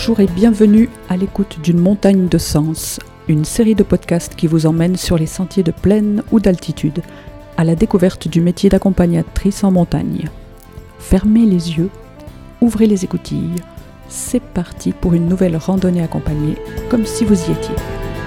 Bonjour et bienvenue à l'écoute d'une montagne de sens, une série de podcasts qui vous emmène sur les sentiers de plaine ou d'altitude, à la découverte du métier d'accompagnatrice en montagne. Fermez les yeux, ouvrez les écoutilles, c'est parti pour une nouvelle randonnée accompagnée, comme si vous y étiez.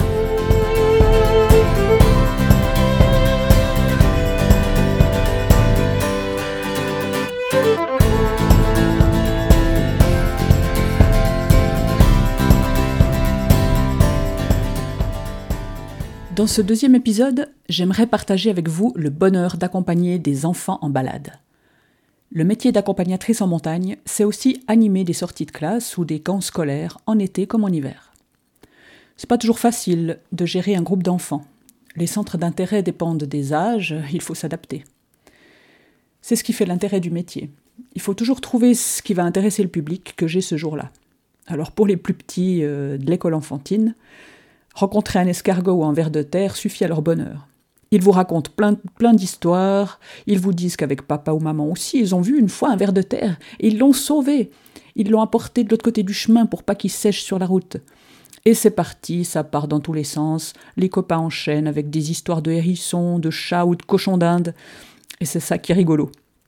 Dans ce deuxième épisode, j'aimerais partager avec vous le bonheur d'accompagner des enfants en balade. Le métier d'accompagnatrice en montagne, c'est aussi animer des sorties de classe ou des camps scolaires en été comme en hiver. C'est pas toujours facile de gérer un groupe d'enfants. Les centres d'intérêt dépendent des âges, il faut s'adapter. C'est ce qui fait l'intérêt du métier. Il faut toujours trouver ce qui va intéresser le public que j'ai ce jour-là. Alors pour les plus petits de l'école enfantine, rencontrer un escargot ou un ver de terre suffit à leur bonheur. Ils vous racontent plein d'histoires, ils vous disent qu'avec papa ou maman aussi, ils ont vu une fois un ver de terre et ils l'ont sauvé. Ils l'ont apporté de l'autre côté du chemin pour pas qu'il sèche sur la route. Et c'est parti, ça part dans tous les sens, les copains enchaînent avec des histoires de hérissons, de chats ou de cochons d'Inde. Et c'est ça qui est rigolo.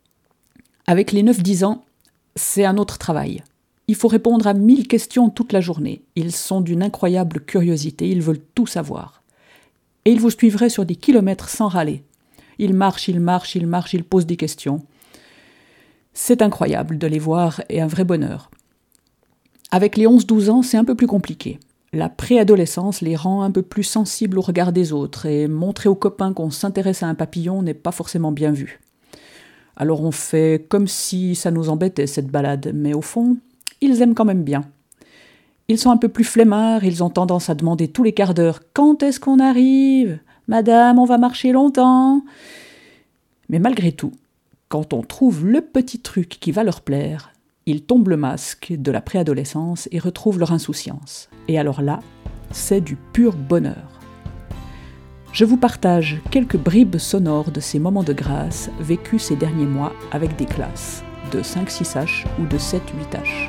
Avec les 9-10 ans, c'est un autre travail. Il faut répondre à 1000 questions toute la journée. Ils sont d'une incroyable curiosité, ils veulent tout savoir. Et ils vous suivraient sur des kilomètres sans râler. Ils marchent, ils posent des questions. C'est incroyable de les voir et un vrai bonheur. Avec les 11-12 ans, c'est un peu plus compliqué. La préadolescence les rend un peu plus sensibles au regard des autres et montrer aux copains qu'on s'intéresse à un papillon n'est pas forcément bien vu. Alors on fait comme si ça nous embêtait cette balade, mais au fond, ils aiment quand même bien. Ils sont un peu plus flemmards, ils ont tendance à demander tous les quarts d'heure « Quand est-ce qu'on arrive ? Madame, on va marcher longtemps ?» Mais malgré tout, quand on trouve le petit truc qui va leur plaire, ils tombent le masque de la préadolescence et retrouvent leur insouciance. Et alors là, c'est du pur bonheur. Je vous partage quelques bribes sonores de ces moments de grâce vécus ces derniers mois avec des classes de 5-6H ou de 7-8H.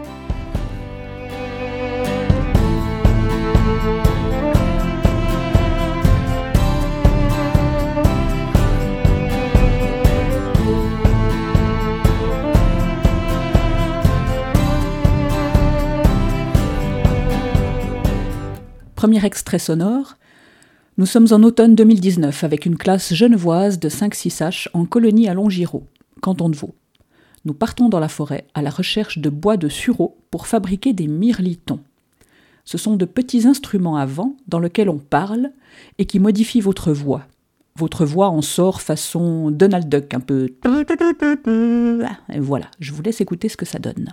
Premier extrait sonore, nous sommes en automne 2019 avec une classe genevoise de 5-6H en colonie à Longiraud, canton de Vaud. Nous partons dans la forêt à la recherche de bois de sureau pour fabriquer des mirlitons. Ce sont de petits instruments à vent dans lesquels on parle et qui modifient votre voix. Votre voix en sort façon Donald Duck, un peu... Et voilà, je vous laisse écouter ce que ça donne.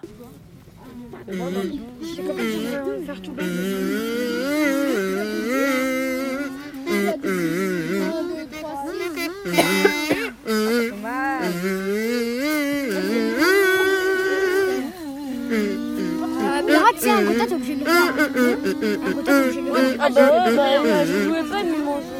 C'est un quota, t'es obligé de le faire. Un quota, t'es obligé de le faire. Ah bah ouais, je jouais pas, mais mon jeu.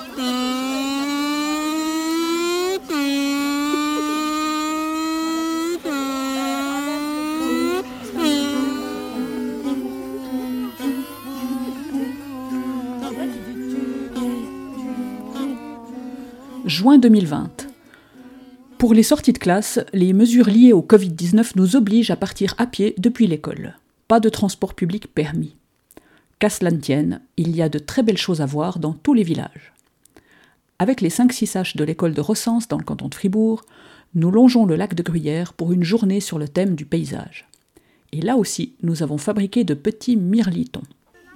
Juin 2020. Pour les sorties de classe, les mesures liées au Covid-19 nous obligent à partir à pied depuis l'école. Pas de transport public permis. Qu'à cela ne tienne, il y a de très belles choses à voir dans tous les villages. Avec les 5-6H de l'école de Rossens dans le canton de Fribourg, nous longeons le lac de Gruyère pour une journée sur le thème du paysage. Et là aussi, nous avons fabriqué de petits mirlitons.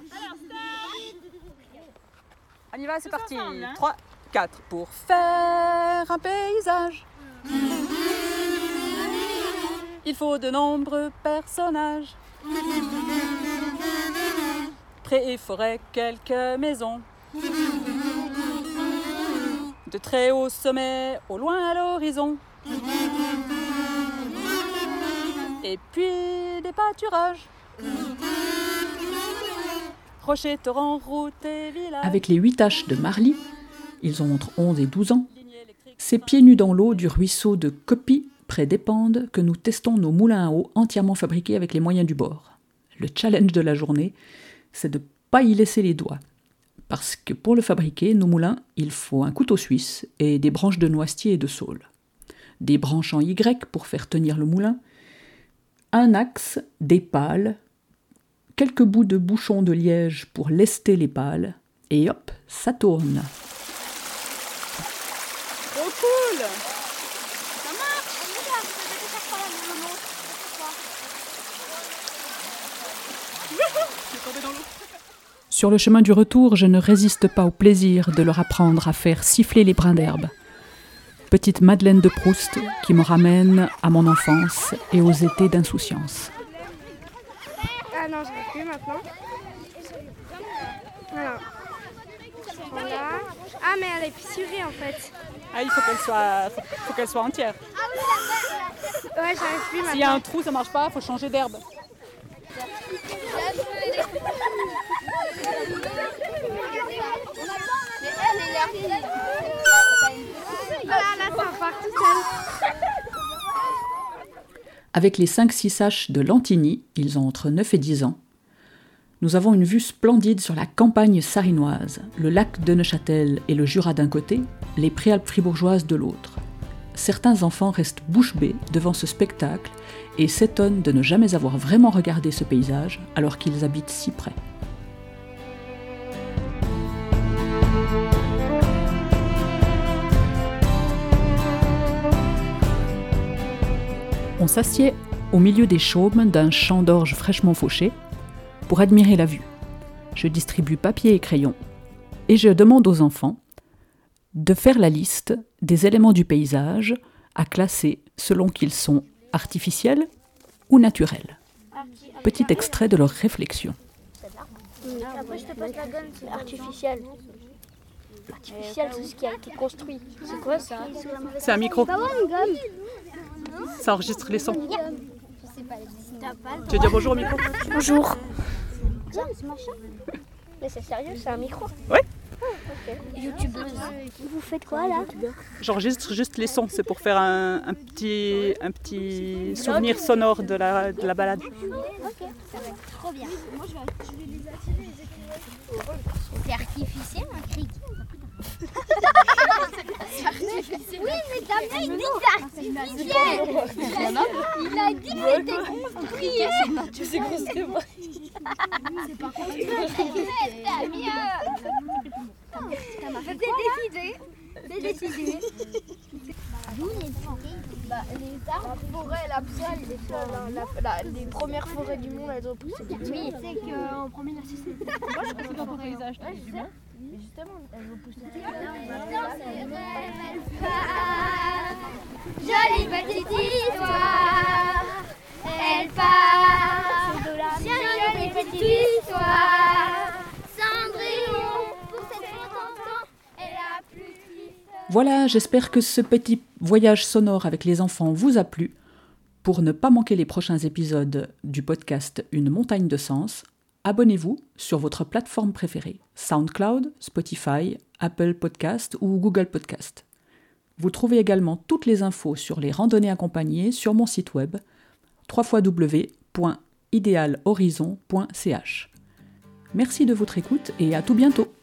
On y va, c'est parti. 3, 4 pour faire un paysage. Il faut de nombreux personnages. Prés et forêt, quelques maisons. De très hauts sommets, au loin à l'horizon. Et puis des pâturages. Rochers, torrents, routes et villages. Avec les 8H de Marly, ils ont entre 11 et 12 ans, c'est pieds nus dans l'eau du ruisseau de Copy, près d'Épande, que nous testons nos moulins à eau entièrement fabriqués avec les moyens du bord. Le challenge de la journée, c'est de ne pas y laisser les doigts. Parce que pour le fabriquer, nos moulins, il faut un couteau suisse et des branches de noisetier et de saule. Des branches en Y pour faire tenir le moulin, un axe, des pales, quelques bouts de bouchons de liège pour lester les pales, et hop, ça tourne. Trop cool! Ça marche. Regarde, je vais te faire par là, mon nom. Sur le chemin du retour, je ne résiste pas au plaisir de leur apprendre à faire siffler les brins d'herbe. Petite Madeleine de Proust qui me ramène à mon enfance et aux étés d'insouciance. Ah non, je ne plus maintenant. Voilà. Voilà. Ah mais elle est fissurée en fait. Ah, il faut qu'elle soit entière. Ouais, j'arrive plus maintenant. S'il y a un trou, ça marche pas, il faut changer d'herbe. Voilà, là ça part tout seul. Avec les 5-6 saches de Lantigny, ils ont entre 9 et 10 ans, nous avons une vue splendide sur la campagne sarinoise, le lac de Neuchâtel et le Jura d'un côté, les Préalpes fribourgeoises de l'autre. Certains enfants restent bouche bée devant ce spectacle et s'étonnent de ne jamais avoir vraiment regardé ce paysage alors qu'ils habitent si près. On s'assied au milieu des chaumes d'un champ d'orge fraîchement fauché pour admirer la vue. Je distribue papier et crayon et je demande aux enfants de faire la liste des éléments du paysage à classer selon qu'ils sont artificiels ou naturels. Petit extrait de leur réflexion. Après, je te passe la gomme, c'est artificiel. Artificiel, c'est ce qui a été construit. C'est quoi ça? C'est un micro. Bah ouais, une gomme. Ça enregistre les sons. Je sais pas, t'as pas le Tu veux dire bonjour au micro? Bonjour. Tiens, ce machin. Mais c'est sérieux, c'est un micro? Ouais. Ok. YouTubeuse. Vous faites quoi là? J'enregistre juste les sons, c'est pour faire un petit souvenir sonore de la balade. Ok, ça va être trop bien. Moi, je vais les attirer, les écrire. C'est artificiel, un cric. Oui, mais Damien, il dit que c'est artificiel. Il a dit que c'était construit. C'est construit. C'est pas construit. Damien. C'est décidé. Les arbres, forêts, la psal, les premières forêts du monde, elles ont poussé. Oui, c'est qu'en premier, la Sicile. Moi, je pense que dans le paysage, mais justement, elles ont poussé. Jolie petite histoire, elle part. Jolie petite histoire, Cendrillon, pour cette enfant, elle a plus. Voilà, j'espère que ce petit voyage sonore avec les enfants vous a plu. Pour ne pas manquer les prochains épisodes du podcast Une montagne de sens, abonnez-vous sur votre plateforme préférée, SoundCloud, Spotify, Apple Podcast ou Google Podcast. Vous trouvez également toutes les infos sur les randonnées accompagnées sur mon site web www.idealhorizon.ch. Merci de votre écoute et à tout bientôt.